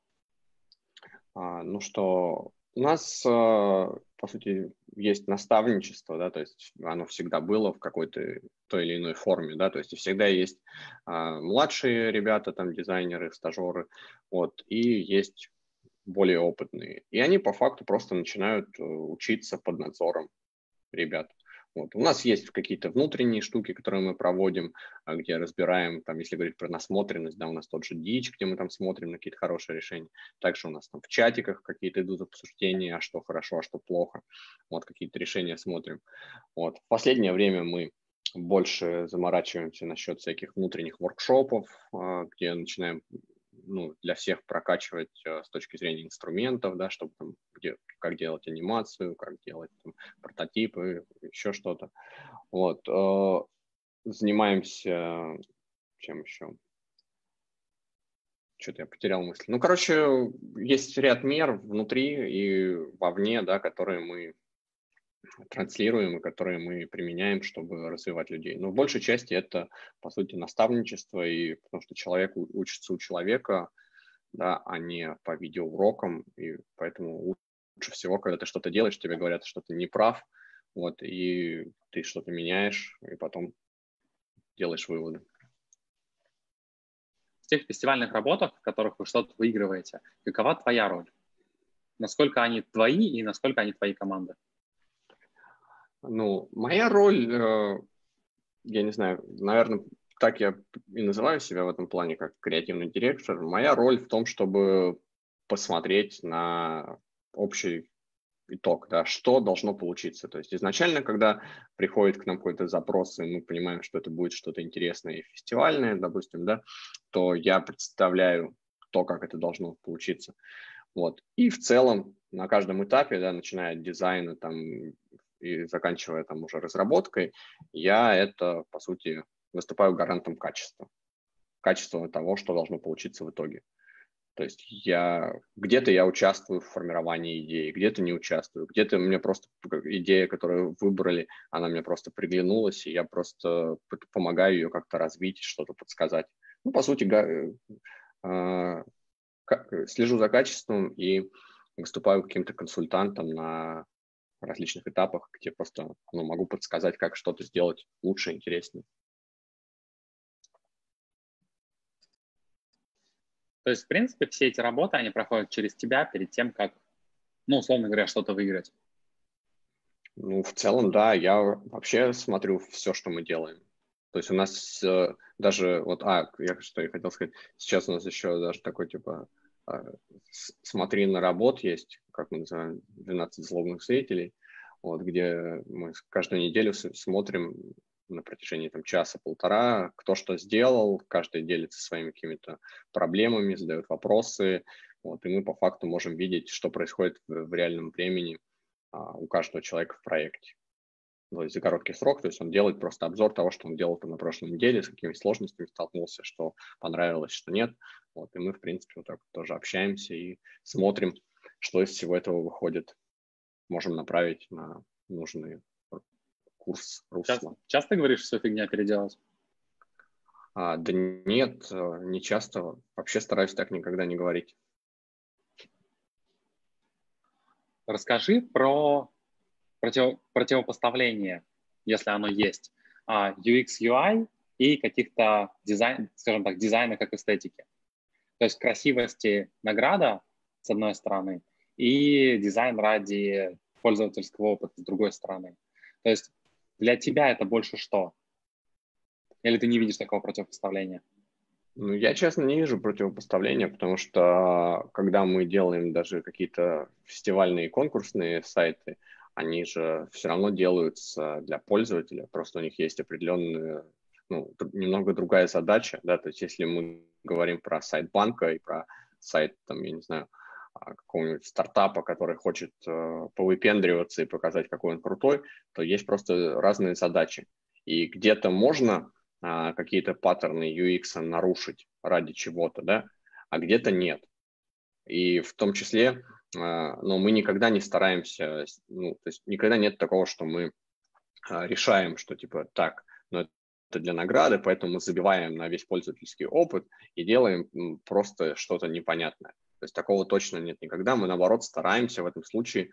Ну что, у нас, по сути, есть наставничество, да, то есть оно всегда было в какой-то той или иной форме, да, то есть всегда есть младшие ребята, там, дизайнеры, стажеры, вот, и есть более опытные. И они по факту просто начинают учиться под надзором ребят. Вот. У нас есть какие-то внутренние штуки, которые мы проводим, где разбираем, там, если говорить про насмотренность, да, у нас тот же Дич, где мы там смотрим на какие-то хорошие решения. Также у нас там в чатиках какие-то идут обсуждения, а что хорошо, а что плохо. Вот какие-то решения смотрим. Вот. В последнее время мы больше заморачиваемся насчет всяких внутренних воркшопов, где начинаем, ну, для всех прокачивать с точки зрения инструментов, да, чтобы там как делать анимацию, как делать там, прототипы, еще что-то. Вот. Занимаемся чем еще? Что-то я потерял мысль. Ну, короче, есть ряд мер внутри и вовне, да, которые мы транслируем и которые мы применяем, чтобы развивать людей. Но в большей части это, по сути, наставничество, и потому что человек учится у человека, да, а не по видеоурокам, и поэтому лучше всего, когда ты что-то делаешь, тебе говорят, что ты не прав, вот, и ты что-то меняешь, и потом делаешь выводы. В тех фестивальных работах, в которых вы что-то выигрываете, какова твоя роль? Насколько они твои и насколько они твои команды? Ну, моя роль, я не знаю, наверное, так я и называю себя в этом плане, как креативный директор. Моя роль в том, чтобы посмотреть на общий итог, да, что должно получиться. То есть изначально, когда приходит к нам какой-то запрос, и мы понимаем, что это будет что-то интересное и фестивальное, допустим, да, то я представляю то, как это должно получиться. Вот. И в целом на каждом этапе, да, начиная от дизайна там, и заканчивая там уже разработкой, я это, по сути, выступаю гарантом качества. Качества того, что должно получиться в итоге. То есть где-то я участвую в формировании идеи, где-то не участвую, где-то мне просто идея, которую выбрали, она мне просто приглянулась, и я просто помогаю ее как-то развить, что-то подсказать. Ну, по сути, слежу за качеством и выступаю каким-то консультантом на различных этапах, где просто могу подсказать, как что-то сделать лучше, интереснее. То есть, в принципе, все эти работы, они проходят через тебя перед тем, как, условно говоря, что-то выиграть. Ну, в целом, да, я вообще смотрю все, что мы делаем. То есть у нас даже, я хотел сказать, сейчас у нас еще даже такой, типа, смотри на работ есть, как мы называем, 12 злобных свидетелей, вот, где мы каждую неделю смотрим на протяжении там, часа-полтора, кто что сделал, каждый делится своими какими-то проблемами, задает вопросы, вот, и мы по факту можем видеть, что происходит в реальном времени у каждого человека в проекте. То есть за короткий срок, то есть он делает просто обзор того, что он делал там на прошлой неделе, с какими сложностями столкнулся, что понравилось, что нет. Вот, и мы, в принципе, вот так вот тоже общаемся и смотрим, что из всего этого выходит. Можем направить на нужный курс, русло. Часто говоришь, что фигня переделать? Да нет, не часто. Вообще стараюсь так никогда не говорить. Расскажи про противопоставление, если оно есть, UX, UI и каких-то дизайна как эстетики. То есть красивости награда, с одной стороны, и дизайн ради пользовательского опыта, с другой стороны. То есть для тебя это больше что? Или ты не видишь такого противопоставления? Ну, я, честно, не вижу противопоставления, потому что когда мы делаем даже какие-то фестивальные конкурсные сайты, они же все равно делаются для пользователя, просто у них есть определенная, немного другая задача, да, то есть если мы говорим про сайт банка и про сайт, там, я не знаю, какого-нибудь стартапа, который хочет повыпендриваться и показать, какой он крутой, то есть просто разные задачи. И где-то можно какие-то паттерны UX нарушить ради чего-то, да, а где-то нет. И в том числе, но мы никогда не стараемся, то есть никогда нет такого, что мы решаем, что типа так, это для награды, поэтому мы забиваем на весь пользовательский опыт и делаем просто что-то непонятное. То есть такого точно нет никогда. Мы, наоборот, стараемся в этом случае.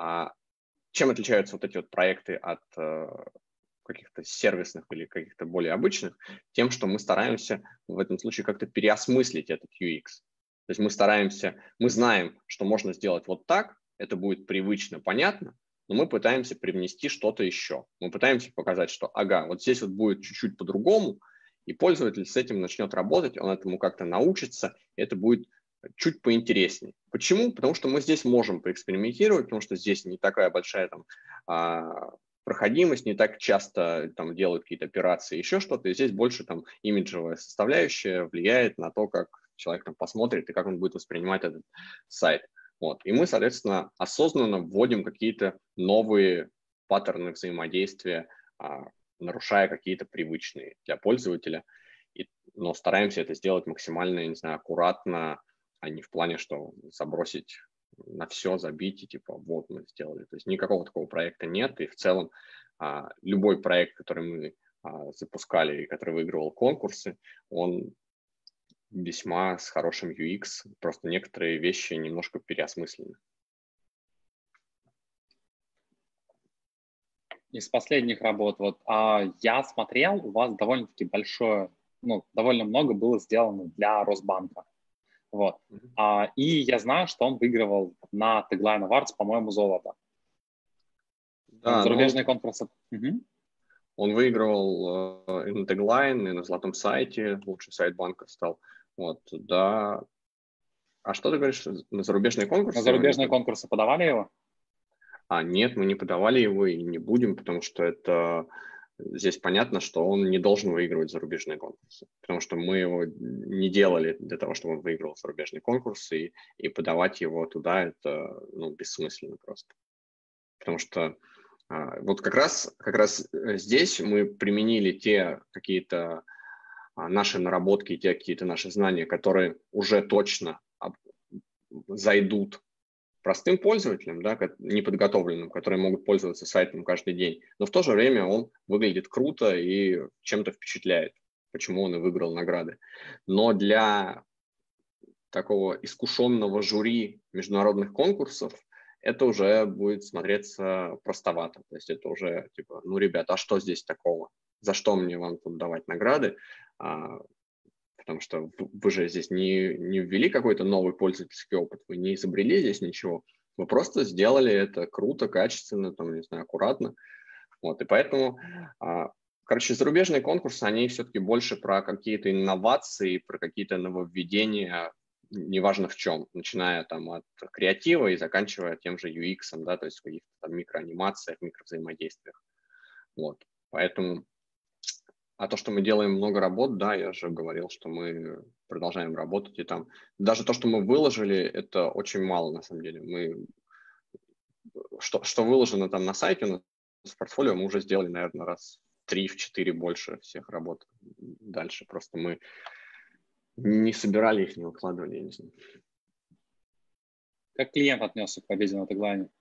Чем отличаются вот эти вот проекты от каких-то сервисных или каких-то более обычных, тем, что мы стараемся в этом случае как-то переосмыслить этот UX. То есть мы знаем, что можно сделать вот так, это будет привычно, понятно, но мы пытаемся привнести что-то еще. Мы пытаемся показать, что вот здесь вот будет чуть-чуть по-другому, и пользователь с этим начнет работать, он этому как-то научится, и это будет чуть поинтереснее. Почему? Потому что мы здесь можем поэкспериментировать, потому что здесь не такая большая там проходимость, не так часто там делают какие-то операции, еще что-то, и здесь больше там имиджевая составляющая влияет на то, как человек там посмотрит и как он будет воспринимать этот сайт. Вот. И мы, соответственно, осознанно вводим какие-то новые паттерны взаимодействия, нарушая какие-то привычные для пользователя, но стараемся это сделать максимально, не знаю, аккуратно, а не в плане, что забросить на все, забить и типа вот мы сделали. То есть никакого такого проекта нет, и в целом любой проект, который мы запускали и который выигрывал конкурсы, он весьма с хорошим UX, просто некоторые вещи немножко переосмыслены. Из последних работ, вот, я смотрел, у вас довольно-таки большое, ну, довольно много было сделано для Росбанка. Вот. И я знаю, что он выигрывал на Tagline Awards, по-моему, золото. Да, зарубежные конкурсы. Угу. Он выигрывал и на Tagline, и на Золотом сайте, лучший сайт банка стал. Вот, да. А что ты говоришь, на зарубежные конкурсы? На зарубежные конкурсы подавали его? Нет, мы не подавали его и не будем, потому что это здесь понятно, что он не должен выигрывать зарубежные конкурсы, потому что мы его не делали для того, чтобы он выиграл зарубежные конкурсы, и подавать его туда это бессмысленно просто. Потому что вот как раз здесь мы применили те какие-то наши наработки, те какие-то наши знания, которые уже точно зайдут простым пользователям, да, неподготовленным, которые могут пользоваться сайтом каждый день, но в то же время он выглядит круто и чем-то впечатляет, почему он и выиграл награды. Но для такого искушенного жюри международных конкурсов это уже будет смотреться простовато. То есть это уже типа, ребята, а что здесь такого? За что мне вам тут давать награды? Потому что вы же здесь не ввели какой-то новый пользовательский опыт, вы не изобрели здесь ничего, вы просто сделали это круто, качественно, там, не знаю, аккуратно. Вот, и поэтому, зарубежные конкурсы, они все-таки больше про какие-то инновации, про какие-то нововведения, неважно в чем, начиная там от креатива и заканчивая тем же UX, да, то есть в каких-то там микроанимациях, микровзаимодействиях. Вот, поэтому... А то, что мы делаем много работ, да, я же говорил, что мы продолжаем работать, и там даже то, что мы выложили, это очень мало на самом деле. Что выложено там на сайте, у нас в портфолио мы уже сделали, наверное, раз в 3-4 больше всех работ. Дальше просто мы не собирали их, не выкладывали, я не знаю. Как клиент отнесся к победе на Tagline?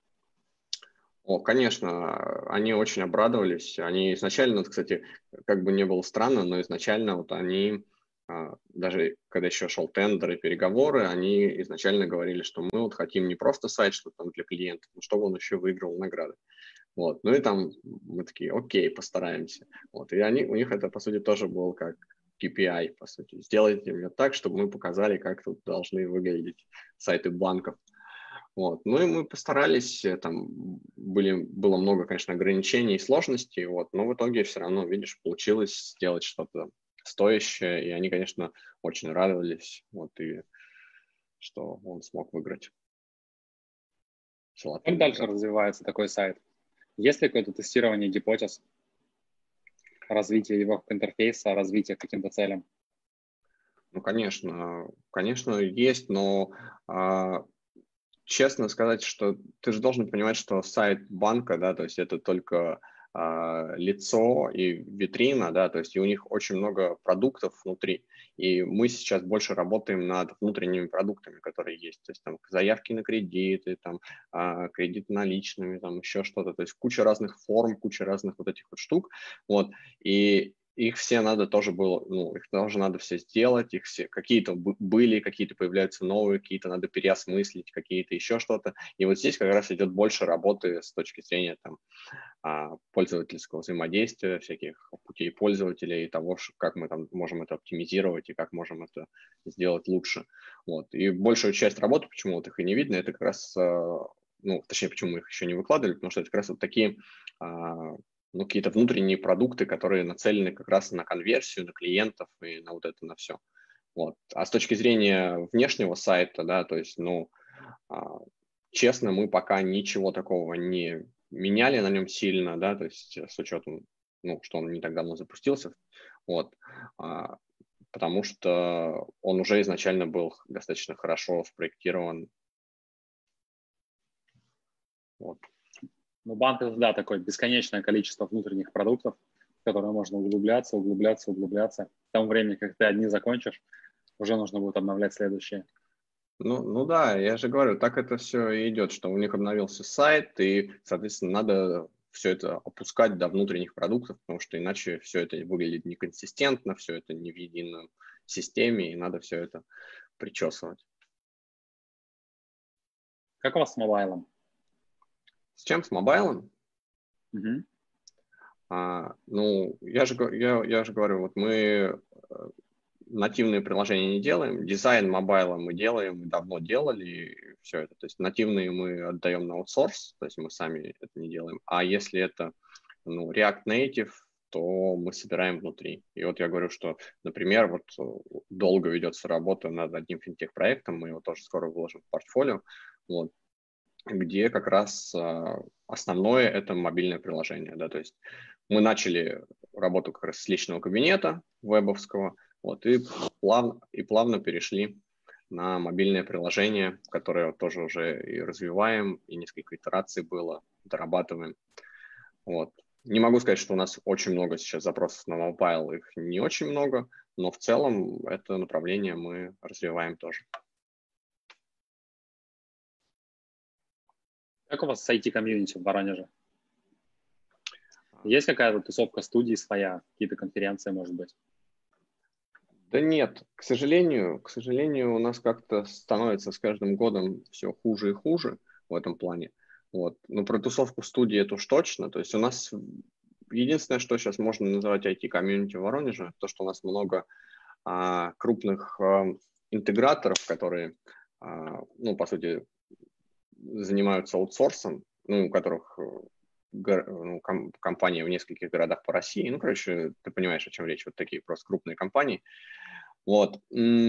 Конечно, они очень обрадовались. Они изначально, кстати, как бы не было странно, но изначально вот они, даже когда еще шел тендер и переговоры, они изначально говорили, что мы вот хотим не просто сайт, что там для клиентов, но чтобы он еще выиграл награды. Вот. Ну и там мы такие, окей, постараемся. Вот. И у них это, по сути, тоже был как KPI, по сути. Сделайте мне так, чтобы мы показали, как тут должны выглядеть сайты банков. Вот. Ну и мы постарались, там было много, конечно, ограничений и сложностей, вот, но в итоге все равно, видишь, получилось сделать что-то стоящее, и они, конечно, очень радовались, вот, и что он смог выиграть. Как дальше развивается такой сайт? Есть ли какое-то тестирование гипотез, развитие его интерфейса, развитие к каким-то целям? Ну, конечно, есть, но честно сказать, что ты же должен понимать, что сайт банка, да, то есть это только лицо и витрина, да, то есть и у них очень много продуктов внутри, и мы сейчас больше работаем над внутренними продуктами, которые есть, то есть там заявки на кредиты, там кредит наличными, там еще что-то, то есть куча разных форм, куча разных вот этих вот штук, вот, и их все надо тоже было, их тоже надо все сделать, их все какие-то были, какие-то появляются новые, какие-то надо переосмыслить, какие-то еще что-то. И вот здесь как раз идет больше работы с точки зрения там пользовательского взаимодействия, всяких путей пользователя и того, как мы там можем это оптимизировать и как можем это сделать лучше. Вот. И большую часть работы, почему вот их и не видно, это как раз, точнее, почему мы их еще не выкладывали, потому что это как раз вот такие какие-то внутренние продукты, которые нацелены как раз на конверсию, на клиентов и на вот это, на все. Вот. А с точки зрения внешнего сайта, да, то есть, честно, мы пока ничего такого не меняли на нем сильно, да, то есть с учетом, что он не так давно запустился, вот, потому что он уже изначально был достаточно хорошо спроектирован Вот. Ну, банк — это, да, такое бесконечное количество внутренних продуктов, в которые можно углубляться. К тому времени, как ты одни закончишь, уже нужно будет обновлять следующие. Ну да, я же говорю, так это все и идет, что у них обновился сайт, и, соответственно, надо все это опускать до внутренних продуктов, потому что иначе все это выглядит неконсистентно, все это не в единой системе, и надо все это причесывать. Как у вас с мобайлом? С чем? С мобайлом? Угу. Ну, я же говорю, вот мы нативные приложения не делаем, дизайн мобайла мы делаем, мы давно делали все это. То есть нативные мы отдаем на аутсорс, то есть мы сами это не делаем. А если это React Native, то мы собираем внутри. И вот я говорю, что, например, вот долго ведется работа над одним финтех-проектом, мы его тоже скоро выложим в портфолио, вот, где как раз основное это мобильное приложение. Да, то есть мы начали работу как раз с личного кабинета вебовского, вот, и плавно перешли на мобильное приложение, которое тоже уже и развиваем, и несколько итераций было, дорабатываем. Вот. Не могу сказать, что у нас очень много сейчас запросов на мобайл, их не очень много, но в целом это направление мы развиваем тоже. Как у вас с IT-комьюнити в Воронеже? Есть какая-то тусовка студий своя, какие-то конференции, может быть? Да нет, к сожалению, у нас как-то становится с каждым годом все хуже и хуже в этом плане. Вот. Но про тусовку в студии это уж точно. То есть у нас единственное, что сейчас можно называть IT-комьюнити в Воронеже, то, что у нас много крупных интеграторов, которые, по сути, занимаются аутсорсом, у которых компании в нескольких городах по России. Ну, короче, ты понимаешь, о чем речь. Вот такие просто крупные компании. Вот.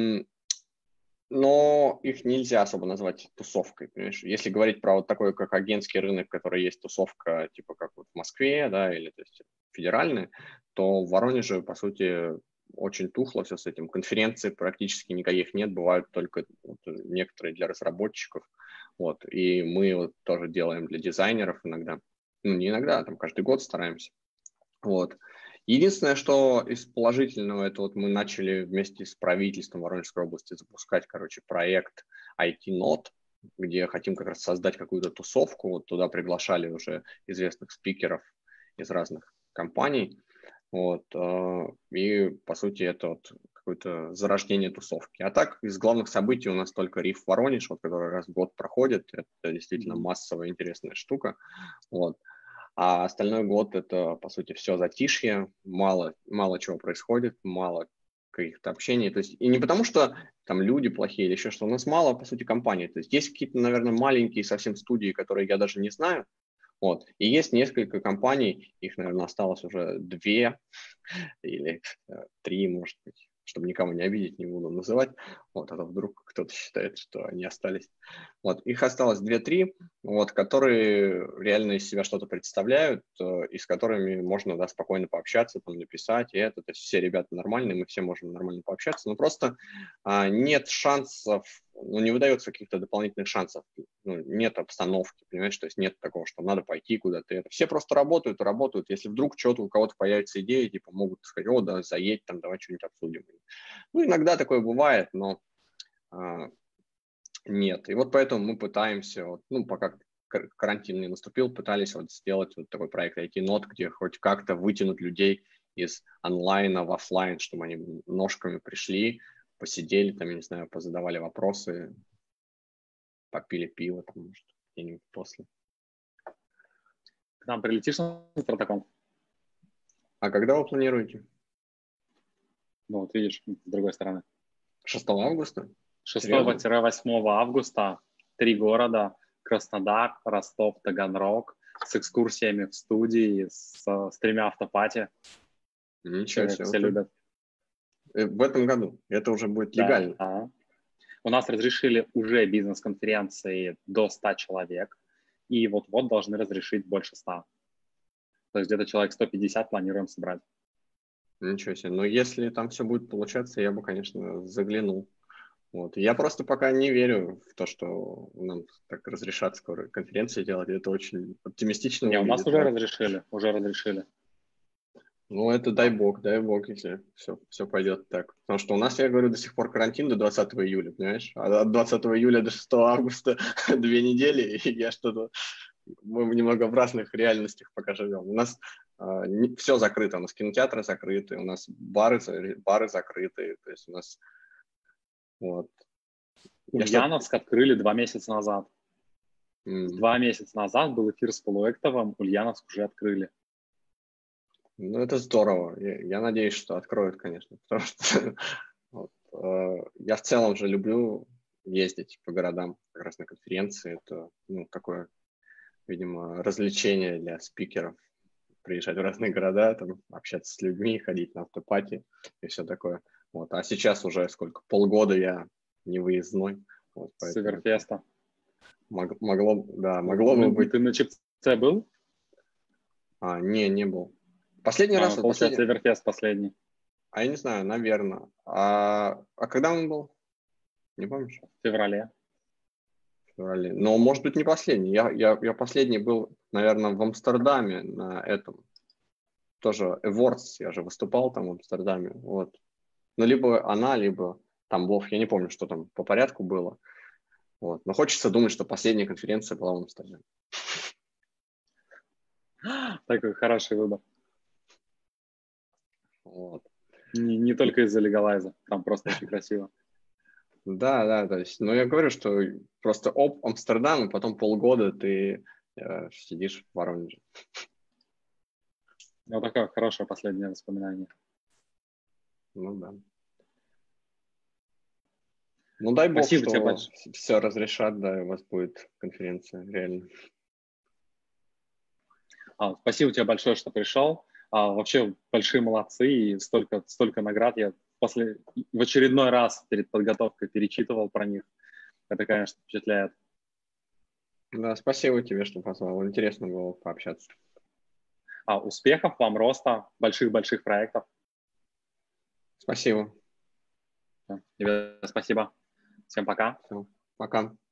Но их нельзя особо назвать тусовкой, понимаешь? Если говорить про вот такой, как агентский рынок, который есть тусовка, типа как вот в Москве, да, или то есть федеральная, то в Воронеже, по сути, очень тухло все с этим. Конференций практически никаких нет, бывают только вот некоторые для разработчиков. Вот. И мы вот тоже делаем для дизайнеров иногда. Ну, не иногда, а там каждый год стараемся. Вот. Единственное, что из положительного, это вот мы начали вместе с правительством Воронежской области запускать, проект IT-Not, где хотим как раз создать какую-то тусовку. Вот туда приглашали уже известных спикеров из разных компаний. Вот. И, по сути, это вот какое-то зарождение тусовки. А так, из главных событий у нас только Риф Воронеж, вот, который раз в год проходит. Это действительно массовая интересная штука. Вот. А остальной год это, по сути, все затишье, мало чего происходит, мало каких-то общений. То есть, и не потому, что там люди плохие или еще что, у нас мало, по сути, компаний. То есть есть какие-то, наверное, маленькие совсем студии, которые я даже не знаю. Вот. И есть несколько компаний, их, наверное, осталось уже 2 или 3, может быть, чтобы никого не обидеть, не буду называть. Вот, а то вдруг кто-то считает, что они остались. Вот, их осталось 2-3, вот, которые реально из себя что-то представляют, и с которыми можно, да, спокойно пообщаться, там, написать, и это, то есть все ребята нормальные, мы все можем нормально пообщаться, но просто нет шансов, не выдается каких-то дополнительных шансов, нет обстановки, понимаешь, то есть нет такого, что надо пойти куда-то. Все просто работают и работают. Если вдруг что-то у кого-то появится идея, типа могут сказать, о, да, заедь, там, давай что-нибудь обсудим. Ну, иногда такое бывает, но нет. И вот поэтому мы пытаемся, пока карантин не наступил, пытались вот сделать вот такой проект IT-Not, где хоть как-то вытянуть людей из онлайна в офлайн, чтобы они ножками пришли, посидели, там, я не знаю, позадавали вопросы, попили пиво, там, может, где-нибудь после. К нам прилетишь на протокол? А когда вы планируете? Ну, вот видишь, с другой стороны. 6 августа? 6-8 августа 3 города: Краснодар, Ростов, Таганрог, с экскурсиями в студии, с 3 автопати. Ничего себе. Все любят. В этом году это уже будет легально. Да. У нас разрешили уже бизнес-конференции до 100 человек, и вот-вот должны разрешить больше 100. То есть где-то человек 150 планируем собрать. Ничего себе. Но если там все будет получаться, я бы, конечно, заглянул. Вот. Я просто пока не верю в то, что нам так разрешат скоро конференции делать. Это очень оптимистично Не, у нас выглядит. уже разрешили, уже разрешили. Ну, это дай бог, если все пойдет так. Потому что у нас, я говорю, до сих пор карантин до 20 июля, понимаешь? А от 20 июля до 6 августа 2 недели, и я что-то... Мы немного в разных реальностях пока живем. У нас все закрыто, у нас кинотеатры закрыты, у нас бары закрыты, то есть у нас... Вот. Ульяновск открыли 2 месяца назад. 2 месяца назад был эфир с Полуэктовым, Ульяновск уже открыли. Ну, это здорово. Я надеюсь, что откроют, конечно. Потому что вот, я в целом же люблю ездить по городам, как раз на конференции. Это такое, видимо, развлечение для спикеров. Приезжать в разные города, там, общаться с людьми, ходить на автопати и все такое. Вот. А сейчас уже полгода я не выездной. Вот, Северфеста. Могло бы быть. Ты на ЧПЦ был? Не был. Последний раз... Получается, Северфест последний. А я не знаю, наверное. А когда он был? Не помнишь? В феврале. Но, может быть, не последний. Я последний был, наверное, в Амстердаме на этом. Тоже Awards, я же выступал там в Амстердаме. Вот. Ну, либо она, либо там Вов. Я не помню, что там по порядку было. Вот. Но хочется думать, что последняя конференция была в Амстердаме. Такой хороший выбор. Вот. Не только из-за легалайза. Там просто очень красиво. Да, то есть, я говорю, что просто Амстердам, и потом полгода ты сидишь в Воронеже. Ну, такое хорошее последнее воспоминание. Ну, да. Ну, дай бог, Спасибо тебе что все разрешат, да, и у вас будет конференция, реально. Спасибо тебе большое, что пришел. Вообще большие молодцы, и столько наград. Я в очередной раз перед подготовкой перечитывал про них. Это, конечно, впечатляет. Да, спасибо тебе, что позвал. Интересно было пообщаться. Успехов вам, роста, больших-больших проектов. Спасибо. Тебе спасибо. Всем пока. Все, пока.